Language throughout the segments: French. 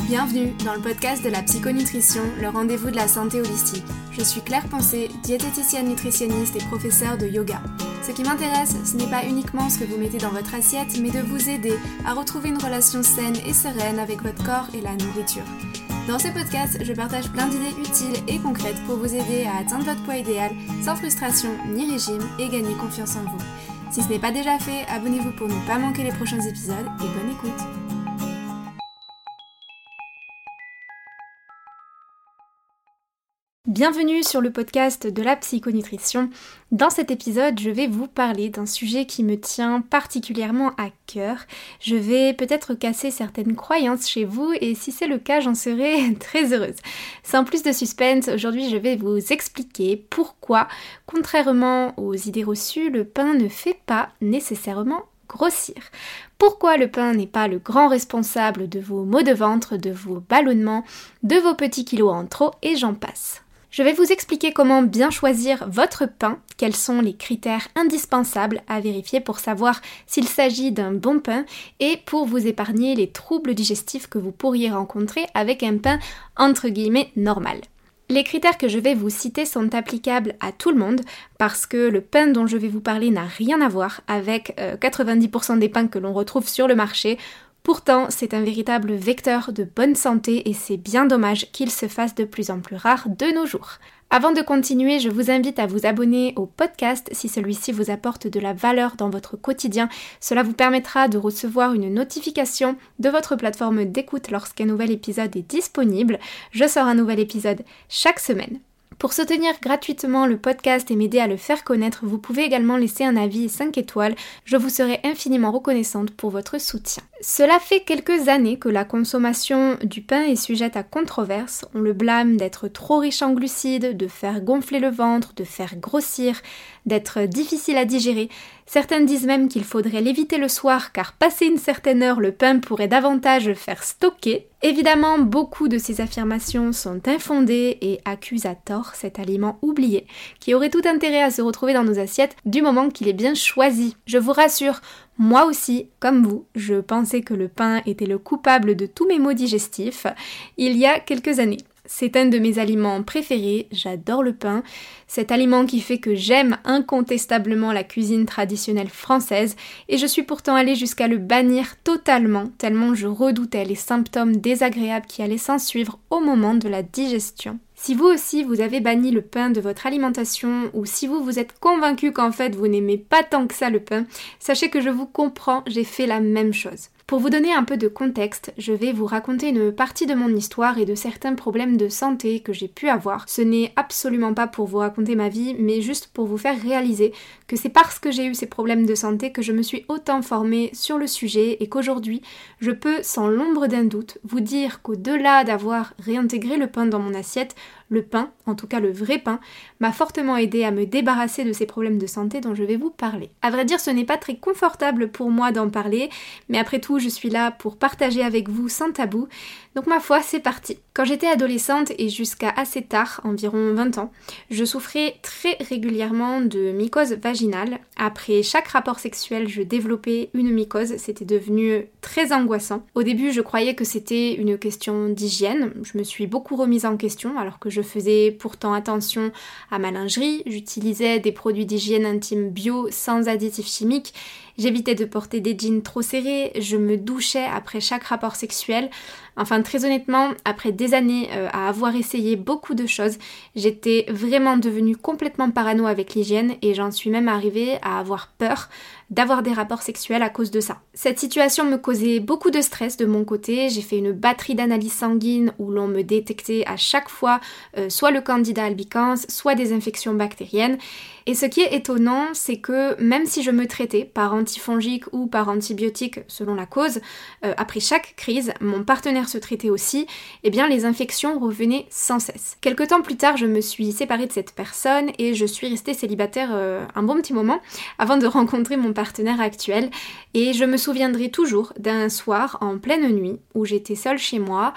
Bienvenue dans le podcast de la psychonutrition, le rendez-vous de la santé holistique. Je suis Claire Poncé, diététicienne nutritionniste et professeure de yoga. Ce qui m'intéresse, ce n'est pas uniquement ce que vous mettez dans votre assiette, mais de vous aider à retrouver une relation saine et sereine avec votre corps et la nourriture. Dans ce podcast, je partage plein d'idées utiles et concrètes pour vous aider à atteindre votre poids idéal sans frustration ni régime et gagner confiance en vous. Si ce n'est pas déjà fait, abonnez-vous pour ne pas manquer les prochains épisodes et bonne écoute. Bienvenue sur le podcast de la psychonutrition. Dans cet épisode, je vais vous parler d'un sujet qui me tient particulièrement à cœur. Je vais peut-être casser certaines croyances chez vous et si c'est le cas, j'en serai très heureuse. Sans plus de suspense, aujourd'hui je vais vous expliquer pourquoi, contrairement aux idées reçues, le pain ne fait pas nécessairement grossir. Pourquoi le pain n'est pas le grand responsable de vos maux de ventre, de vos ballonnements, de vos petits kilos en trop et j'en passe. Je vais vous expliquer comment bien choisir votre pain, quels sont les critères indispensables à vérifier pour savoir s'il s'agit d'un bon pain et pour vous épargner les troubles digestifs que vous pourriez rencontrer avec un pain entre guillemets normal. Les critères que je vais vous citer sont applicables à tout le monde parce que le pain dont je vais vous parler n'a rien à voir avec 90% des pains que l'on retrouve sur le marché. Pourtant, c'est un véritable vecteur de bonne santé et c'est bien dommage qu'il se fasse de plus en plus rare de nos jours. Avant de continuer, je vous invite à vous abonner au podcast si celui-ci vous apporte de la valeur dans votre quotidien. Cela vous permettra de recevoir une notification de votre plateforme d'écoute lorsqu'un nouvel épisode est disponible. Je sors un nouvel épisode chaque semaine. Pour soutenir gratuitement le podcast et m'aider à le faire connaître, vous pouvez également laisser un avis et 5 étoiles. Je vous serai infiniment reconnaissante pour votre soutien. Cela fait quelques années que la consommation du pain est sujette à controverse. On le blâme d'être trop riche en glucides, de faire gonfler le ventre, de faire grossir, d'être difficile à digérer. Certains disent même qu'il faudrait l'éviter le soir car passé une certaine heure, le pain pourrait davantage faire stocker. Évidemment, beaucoup de ces affirmations sont infondées et accusent à tort cet aliment oublié qui aurait tout intérêt à se retrouver dans nos assiettes du moment qu'il est bien choisi. Je vous rassure, moi aussi, comme vous, je pensais que le pain était le coupable de tous mes maux digestifs il y a quelques années. C'est un de mes aliments préférés, j'adore le pain, cet aliment qui fait que j'aime incontestablement la cuisine traditionnelle française et je suis pourtant allée jusqu'à le bannir totalement tellement je redoutais les symptômes désagréables qui allaient s'ensuivre au moment de la digestion. Si vous aussi vous avez banni le pain de votre alimentation ou si vous êtes convaincu qu'en fait vous n'aimez pas tant que ça le pain, sachez que je vous comprends, j'ai fait la même chose. Pour vous donner un peu de contexte, je vais vous raconter une partie de mon histoire et de certains problèmes de santé que j'ai pu avoir. Ce n'est absolument pas pour vous raconter ma vie, mais juste pour vous faire réaliser que c'est parce que j'ai eu ces problèmes de santé que je me suis autant formée sur le sujet et qu'aujourd'hui, je peux sans l'ombre d'un doute vous dire qu'au-delà d'avoir réintégré le pain dans mon assiette, le pain, en tout cas le vrai pain, m'a fortement aidé à me débarrasser de ces problèmes de santé dont je vais vous parler. À vrai dire, ce n'est pas très confortable pour moi d'en parler, mais après tout, je suis là pour partager avec vous sans tabou. Donc ma foi, c'est parti. Quand j'étais adolescente et jusqu'à assez tard, environ 20 ans, je souffrais très régulièrement de mycose vaginale. Après chaque rapport sexuel, je développais une mycose, c'était devenu très angoissant. Au début, je croyais que c'était une question d'hygiène. Je me suis beaucoup remise en question alors que je faisais pourtant attention à ma lingerie, j'utilisais des produits d'hygiène intime bio sans additifs chimiques, j'évitais de porter des jeans trop serrés, je me douchais après chaque rapport sexuel. Enfin, très honnêtement, après des années à avoir essayé beaucoup de choses, j'étais vraiment devenue complètement parano avec l'hygiène et j'en suis même arrivée à avoir peur d'avoir des rapports sexuels à cause de ça. Cette situation me causait beaucoup de stress de mon côté, j'ai fait une batterie d'analyses sanguines où l'on me détectait à chaque fois soit le candida albicans, soit des infections bactériennes. Et ce qui est étonnant, c'est que même si je me traitais par antifongique ou par antibiotique selon la cause, après chaque crise, mon partenaire se traitait aussi, et bien les infections revenaient sans cesse. Quelque temps plus tard, je me suis séparée de cette personne et je suis restée célibataire un bon petit moment avant de rencontrer mon partenaire actuel. Et je me souviendrai toujours d'un soir en pleine nuit où j'étais seule chez moi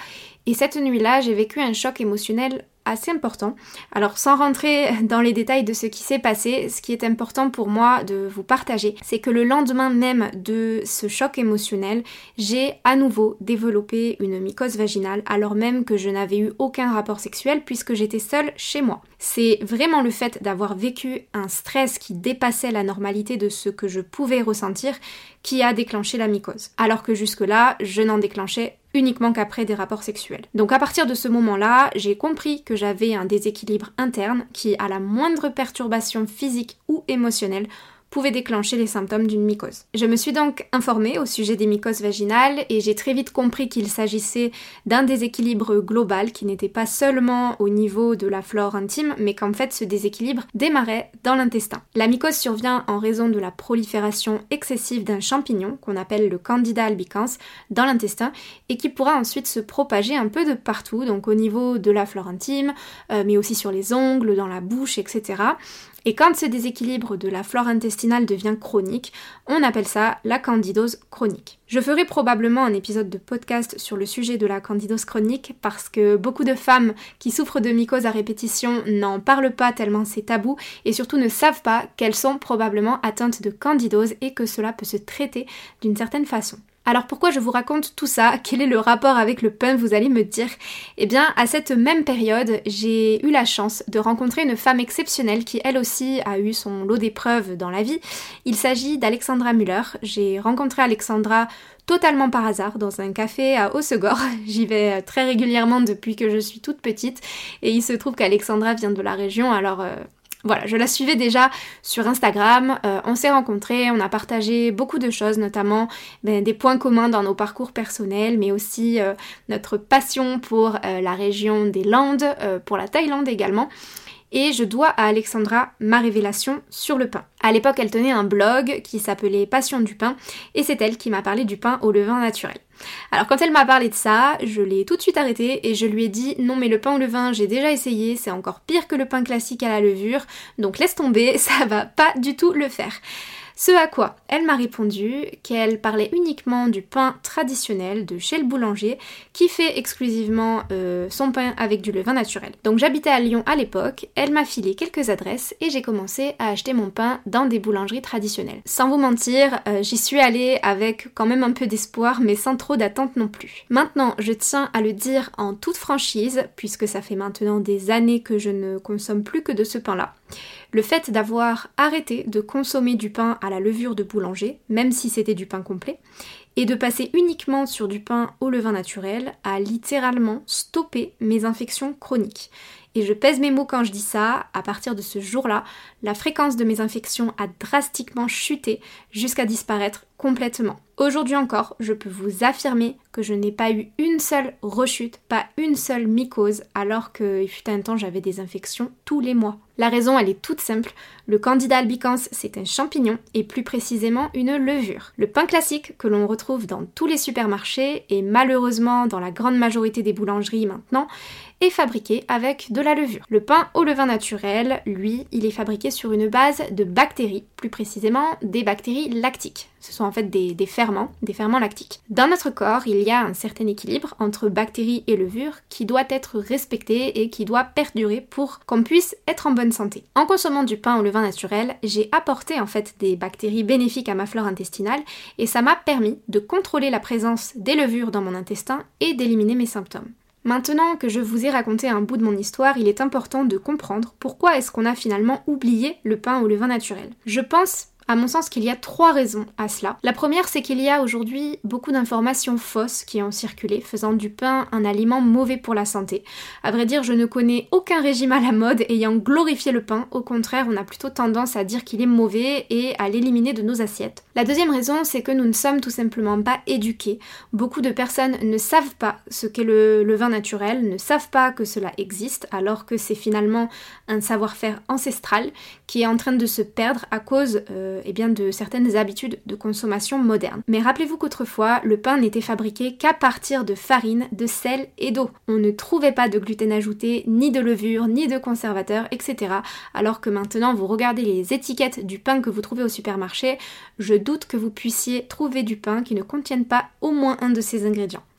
Et cette nuit-là, j'ai vécu un choc émotionnel assez important. Alors sans rentrer dans les détails de ce qui s'est passé, ce qui est important pour moi de vous partager, c'est que le lendemain même de ce choc émotionnel, j'ai à nouveau développé une mycose vaginale alors même que je n'avais eu aucun rapport sexuel puisque j'étais seule chez moi. C'est vraiment le fait d'avoir vécu un stress qui dépassait la normalité de ce que je pouvais ressentir qui a déclenché la mycose. Alors que jusque-là, je n'en déclenchais uniquement qu'après des rapports sexuels. Donc à partir de ce moment-là, j'ai compris que j'avais un déséquilibre interne qui, à la moindre perturbation physique ou émotionnelle, pouvait déclencher les symptômes d'une mycose. Je me suis donc informée au sujet des mycoses vaginales et j'ai très vite compris qu'il s'agissait d'un déséquilibre global qui n'était pas seulement au niveau de la flore intime, mais qu'en fait ce déséquilibre démarrait dans l'intestin. La mycose survient en raison de la prolifération excessive d'un champignon qu'on appelle le Candida albicans dans l'intestin et qui pourra ensuite se propager un peu de partout, donc au niveau de la flore intime, mais aussi sur les ongles, dans la bouche, etc. Et quand ce déséquilibre de la flore intestinale devient chronique, on appelle ça la candidose chronique. Je ferai probablement un épisode de podcast sur le sujet de la candidose chronique parce que beaucoup de femmes qui souffrent de mycose à répétition n'en parlent pas tellement c'est tabou et surtout ne savent pas qu'elles sont probablement atteintes de candidose et que cela peut se traiter d'une certaine façon. Alors pourquoi je vous raconte tout ça? Quel est le rapport avec le pain, vous allez me dire? Eh bien, à cette même période, j'ai eu la chance de rencontrer une femme exceptionnelle qui, elle aussi, a eu son lot d'épreuves dans la vie. Il s'agit d'Alexandra Müller. J'ai rencontré Alexandra totalement par hasard dans un café à Hossegor. J'y vais très régulièrement depuis que je suis toute petite et il se trouve qu'Alexandra vient de la région, alors... Voilà, je la suivais déjà sur Instagram, on s'est rencontrés, on a partagé beaucoup de choses, notamment des points communs dans nos parcours personnels, mais aussi notre passion pour la région des Landes, pour la Thaïlande également. Et je dois à Alexandra ma révélation sur le pain. À l'époque, elle tenait un blog qui s'appelait Passion du pain, et c'est elle qui m'a parlé du pain au levain naturel. Alors quand elle m'a parlé de ça, je l'ai tout de suite arrêtée et je lui ai dit non mais le pain au levain j'ai déjà essayé, c'est encore pire que le pain classique à la levure, donc laisse tomber, ça va pas du tout le faire. Ce à quoi elle m'a répondu qu'elle parlait uniquement du pain traditionnel de chez le boulanger qui fait exclusivement son pain avec du levain naturel. Donc j'habitais à Lyon à l'époque, elle m'a filé quelques adresses et j'ai commencé à acheter mon pain dans des boulangeries traditionnelles. Sans vous mentir, j'y suis allée avec quand même un peu d'espoir mais sans trop d'attente non plus. Maintenant, je tiens à le dire en toute franchise, puisque ça fait maintenant des années que je ne consomme plus que de ce pain-là. Le fait d'avoir arrêté de consommer du pain à la levure de boulanger, même si c'était du pain complet, et de passer uniquement sur du pain au levain naturel a littéralement stoppé mes infections chroniques. Et je pèse mes mots quand je dis ça, à partir de ce jour-là, la fréquence de mes infections a drastiquement chuté jusqu'à disparaître complètement. Aujourd'hui encore, je peux vous affirmer que je n'ai pas eu une seule rechute, pas une seule mycose, alors qu'il fut un temps j'avais des infections tous les mois. La raison, elle est toute simple. Le Candida albicans, c'est un champignon et plus précisément une levure. Le pain classique que l'on retrouve dans tous les supermarchés et malheureusement dans la grande majorité des boulangeries maintenant, est fabriqué avec de la levure. Le pain au levain naturel, lui, il est fabriqué sur une base de bactéries, plus précisément des bactéries lactiques. Ce sont en fait des ferments lactiques. Dans notre corps, il y a un certain équilibre entre bactéries et levure qui doit être respecté et qui doit perdurer pour qu'on puisse être en bonne santé. En consommant du pain au levain naturel, j'ai apporté en fait des bactéries bénéfiques à ma flore intestinale et ça m'a permis de contrôler la présence des levures dans mon intestin et d'éliminer mes symptômes. Maintenant que je vous ai raconté un bout de mon histoire, il est important de comprendre pourquoi est-ce qu'on a finalement oublié le pain au levain naturel. Je pense à mon sens qu'il y a 3 raisons à cela. La première, c'est qu'il y a aujourd'hui beaucoup d'informations fausses qui ont circulé, faisant du pain un aliment mauvais pour la santé. À vrai dire, je ne connais aucun régime à la mode ayant glorifié le pain. Au contraire, on a plutôt tendance à dire qu'il est mauvais et à l'éliminer de nos assiettes. La deuxième raison, c'est que nous ne sommes tout simplement pas éduqués. Beaucoup de personnes ne savent pas ce qu'est le levain naturel, ne savent pas que cela existe, alors que c'est finalement un savoir-faire ancestral qui est en train de se perdre à cause de certaines habitudes de consommation modernes. Mais rappelez-vous qu'autrefois, le pain n'était fabriqué qu'à partir de farine, de sel et d'eau. On ne trouvait pas de gluten ajouté, ni de levure, ni de conservateur, etc. Alors que maintenant, vous regardez les étiquettes du pain que vous trouvez au supermarché, je doute que vous puissiez trouver du pain qui ne contienne pas au moins un de ces ingrédients.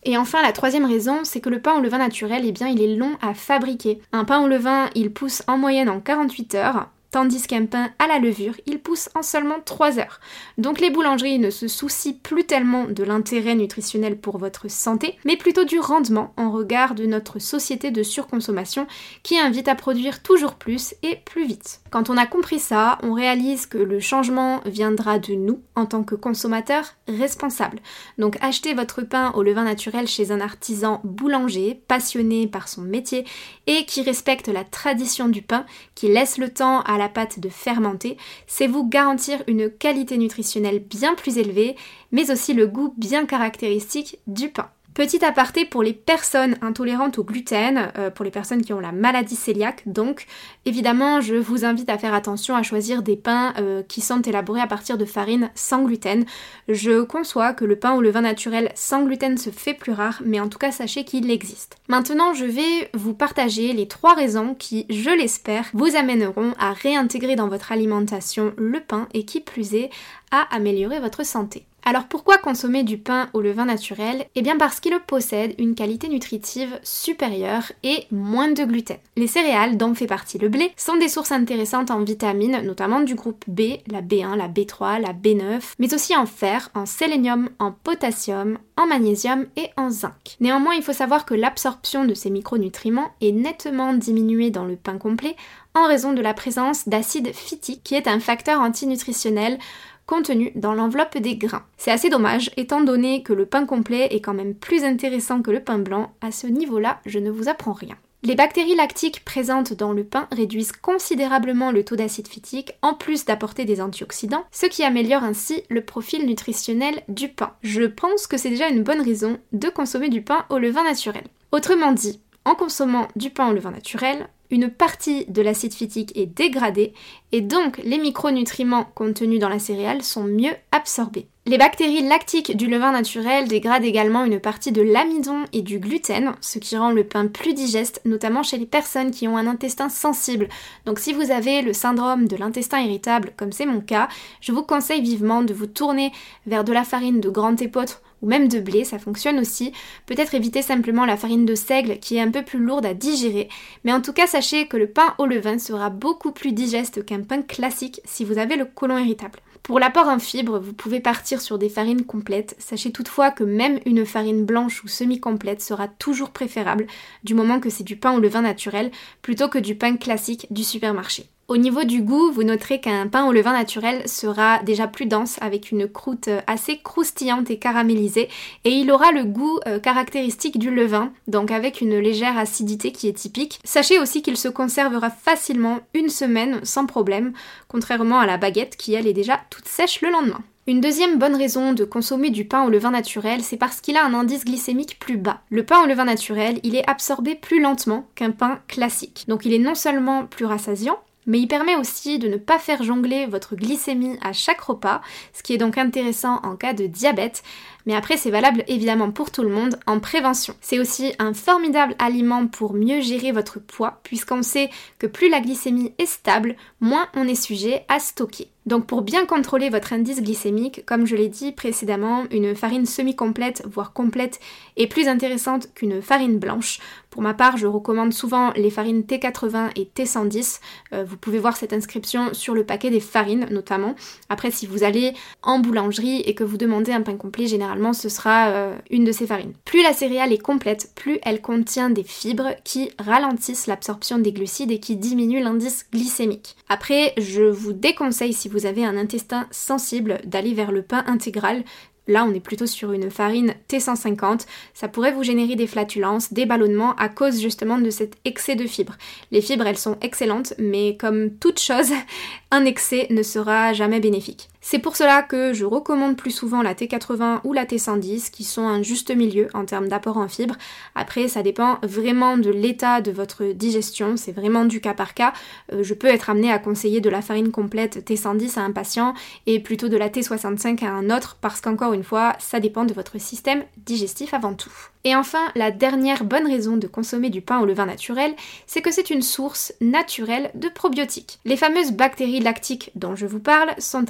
Et enfin, la troisième raison, c'est que le pain au levain naturel, il est long à fabriquer. Un pain au levain, il pousse en moyenne en 48 heures, tandis qu'un pain à la levure, il pousse en seulement 3 heures. Donc les boulangeries ne se soucient plus tellement de l'intérêt nutritionnel pour votre santé, mais plutôt du rendement en regard de notre société de surconsommation qui invite à produire toujours plus et plus vite. Quand on a compris ça, on réalise que le changement viendra de nous en tant que consommateurs responsables. Donc achetez votre pain au levain naturel chez un artisan boulanger, passionné par son métier et qui respecte la tradition du pain, qui laisse le temps à la pâte de fermenter, c'est vous garantir une qualité nutritionnelle bien plus élevée, mais aussi le goût bien caractéristique du pain. Petit aparté pour les personnes intolérantes au gluten, pour les personnes qui ont la maladie cœliaque, donc évidemment je vous invite à faire attention à choisir des pains qui sont élaborés à partir de farine sans gluten. Je conçois que le pain au levain naturel sans gluten se fait plus rare, mais en tout cas sachez qu'il existe. Maintenant je vais vous partager les 3 raisons qui, je l'espère, vous amèneront à réintégrer dans votre alimentation le pain et qui plus est, à améliorer votre santé. Alors pourquoi consommer du pain au levain naturel ? Eh bien parce qu'il possède une qualité nutritive supérieure et moins de gluten. Les céréales, dont fait partie le blé, sont des sources intéressantes en vitamines, notamment du groupe B, la B1, la B3, la B9, mais aussi en fer, en sélénium, en potassium, en magnésium et en zinc. Néanmoins, il faut savoir que l'absorption de ces micronutriments est nettement diminuée dans le pain complet en raison de la présence d'acide phytique qui est un facteur antinutritionnel contenu dans l'enveloppe des grains. C'est assez dommage étant donné que le pain complet est quand même plus intéressant que le pain blanc. À ce niveau-là, je ne vous apprends rien. Les bactéries lactiques présentes dans le pain réduisent considérablement le taux d'acide phytique en plus d'apporter des antioxydants, ce qui améliore ainsi le profil nutritionnel du pain. Je pense que c'est déjà une bonne raison de consommer du pain au levain naturel. Autrement dit, en consommant du pain au levain naturel, une partie de l'acide phytique est dégradée et donc les micronutriments contenus dans la céréale sont mieux absorbés. Les bactéries lactiques du levain naturel dégradent également une partie de l'amidon et du gluten, ce qui rend le pain plus digeste, notamment chez les personnes qui ont un intestin sensible. Donc si vous avez le syndrome de l'intestin irritable, comme c'est mon cas, je vous conseille vivement de vous tourner vers de la farine de grande épeautre ou même de blé, ça fonctionne aussi. Peut-être éviter simplement la farine de seigle qui est un peu plus lourde à digérer, mais en tout cas sachez que le pain au levain sera beaucoup plus digeste qu'un pain classique si vous avez le côlon irritable. Pour l'apport en fibres, vous pouvez partir sur des farines complètes. Sachez toutefois que même une farine blanche ou semi-complète sera toujours préférable du moment que c'est du pain au levain naturel plutôt que du pain classique du supermarché. Au niveau du goût, vous noterez qu'un pain au levain naturel sera déjà plus dense avec une croûte assez croustillante et caramélisée et il aura le goût caractéristique du levain, donc avec une légère acidité qui est typique. Sachez aussi qu'il se conservera facilement 1 semaine sans problème, contrairement à la baguette qui elle est déjà toute sèche le lendemain. Une deuxième bonne raison de consommer du pain au levain naturel, c'est parce qu'il a un indice glycémique plus bas. Le pain au levain naturel, il est absorbé plus lentement qu'un pain classique. Donc il est non seulement plus rassasiant, mais il permet aussi de ne pas faire jongler votre glycémie à chaque repas, ce qui est donc intéressant en cas de diabète, mais après c'est valable évidemment pour tout le monde en prévention. C'est aussi un formidable aliment pour mieux gérer votre poids, puisqu'on sait que plus la glycémie est stable, moins on est sujet à stocker. Donc pour bien contrôler votre indice glycémique, comme je l'ai dit précédemment, une farine semi-complète, voire complète, est plus intéressante qu'une farine blanche. Pour ma part, je recommande souvent les farines T80 et T110. Vous pouvez voir cette inscription sur le paquet des farines notamment. Après, si vous allez en boulangerie et que vous demandez un pain complet, généralement ce sera une de ces farines. Plus la céréale est complète, plus elle contient des fibres qui ralentissent l'absorption des glucides et qui diminuent l'indice glycémique. Après, je vous déconseille, si vous avez un intestin sensible, d'aller vers le pain intégral. Là, on est plutôt sur une farine T150. Ça pourrait vous générer des flatulences, des ballonnements à cause justement de cet excès de fibres. Les fibres, elles sont excellentes, mais comme toute chose, un excès ne sera jamais bénéfique. C'est pour cela que je recommande plus souvent la T80 ou la T110 qui sont un juste milieu en termes d'apport en fibres. Après, ça dépend vraiment de l'état de votre digestion, c'est vraiment du cas par cas. Je peux être amenée à conseiller de la farine complète T110 à un patient et plutôt de la T65 à un autre parce qu'encore une fois, ça dépend de votre système digestif avant tout. Et enfin, la dernière bonne raison de consommer du pain au levain naturel, c'est que c'est une source naturelle de probiotiques. Les fameuses bactéries lactiques dont je vous parle sont en fait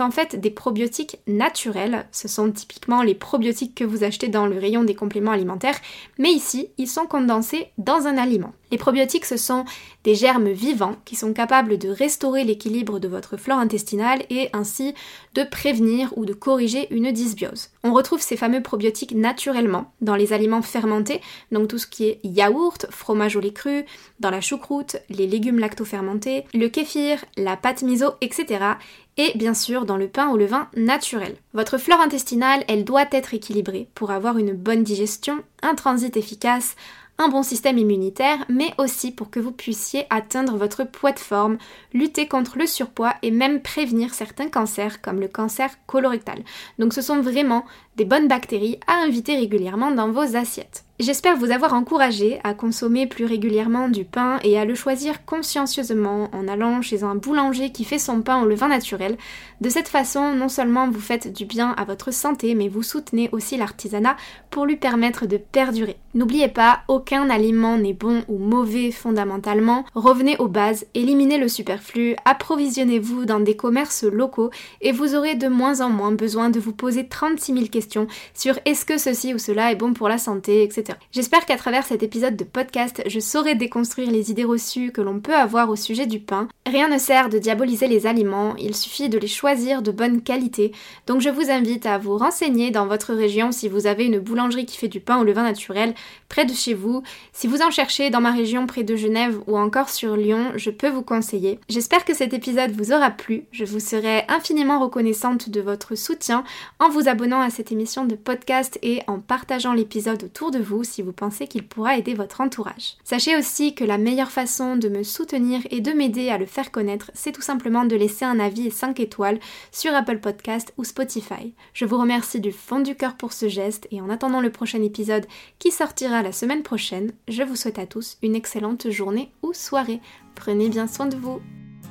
des probiotiques naturels. Ce sont typiquement les probiotiques que vous achetez dans le rayon des compléments alimentaires, mais ici, ils sont condensés dans un aliment. Les probiotiques, ce sont des germes vivants qui sont capables de restaurer l'équilibre de votre flore intestinale et ainsi de prévenir ou de corriger une dysbiose. On retrouve ces fameux probiotiques naturellement dans les aliments fermentés, donc tout ce qui est yaourt, fromage au lait cru, dans la choucroute, les légumes lacto-fermentés, le kéfir, la pâte miso, etc. Et bien sûr dans le pain au levain naturel. Votre flore intestinale, elle doit être équilibrée pour avoir une bonne digestion, un transit efficace, un bon système immunitaire, mais aussi pour que vous puissiez atteindre votre poids de forme, lutter contre le surpoids et même prévenir certains cancers comme le cancer colorectal. Donc ce sont vraiment des bonnes bactéries à inviter régulièrement dans vos assiettes. J'espère vous avoir encouragé à consommer plus régulièrement du pain et à le choisir consciencieusement en allant chez un boulanger qui fait son pain au levain naturel. De cette façon, non seulement vous faites du bien à votre santé, mais vous soutenez aussi l'artisanat pour lui permettre de perdurer. N'oubliez pas, aucun aliment n'est bon ou mauvais fondamentalement. Revenez aux bases, éliminez le superflu, approvisionnez-vous dans des commerces locaux et vous aurez de moins en moins besoin de vous poser 36 000 questions sur est-ce que ceci ou cela est bon pour la santé, etc. J'espère qu'à travers cet épisode de podcast, je saurai déconstruire les idées reçues que l'on peut avoir au sujet du pain. Rien ne sert de diaboliser les aliments, il suffit de les choisir de bonne qualité. Donc je vous invite à vous renseigner dans votre région si vous avez une boulangerie qui fait du pain au levain naturel près de chez vous. Si vous en cherchez dans ma région près de Genève ou encore sur Lyon, je peux vous conseiller. J'espère que cet épisode vous aura plu. Je vous serai infiniment reconnaissante de votre soutien en vous abonnant à cette émission de podcast et en partageant l'épisode autour de vous si vous pensez qu'il pourra aider votre entourage. Sachez aussi que la meilleure façon de me soutenir et de m'aider à le faire connaître, c'est tout simplement de laisser un avis et 5 étoiles sur Apple Podcast ou Spotify. Je vous remercie du fond du cœur pour ce geste et en attendant le prochain épisode qui sortira la semaine prochaine, je vous souhaite à tous une excellente journée ou soirée. Prenez bien soin de vous.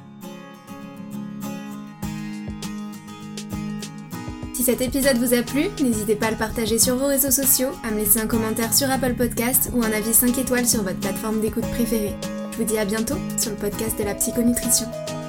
Si cet épisode vous a plu, n'hésitez pas à le partager sur vos réseaux sociaux, à me laisser un commentaire sur Apple Podcast ou un avis 5 étoiles sur votre plateforme d'écoute préférée. Je vous dis à bientôt sur le podcast de la psychonutrition.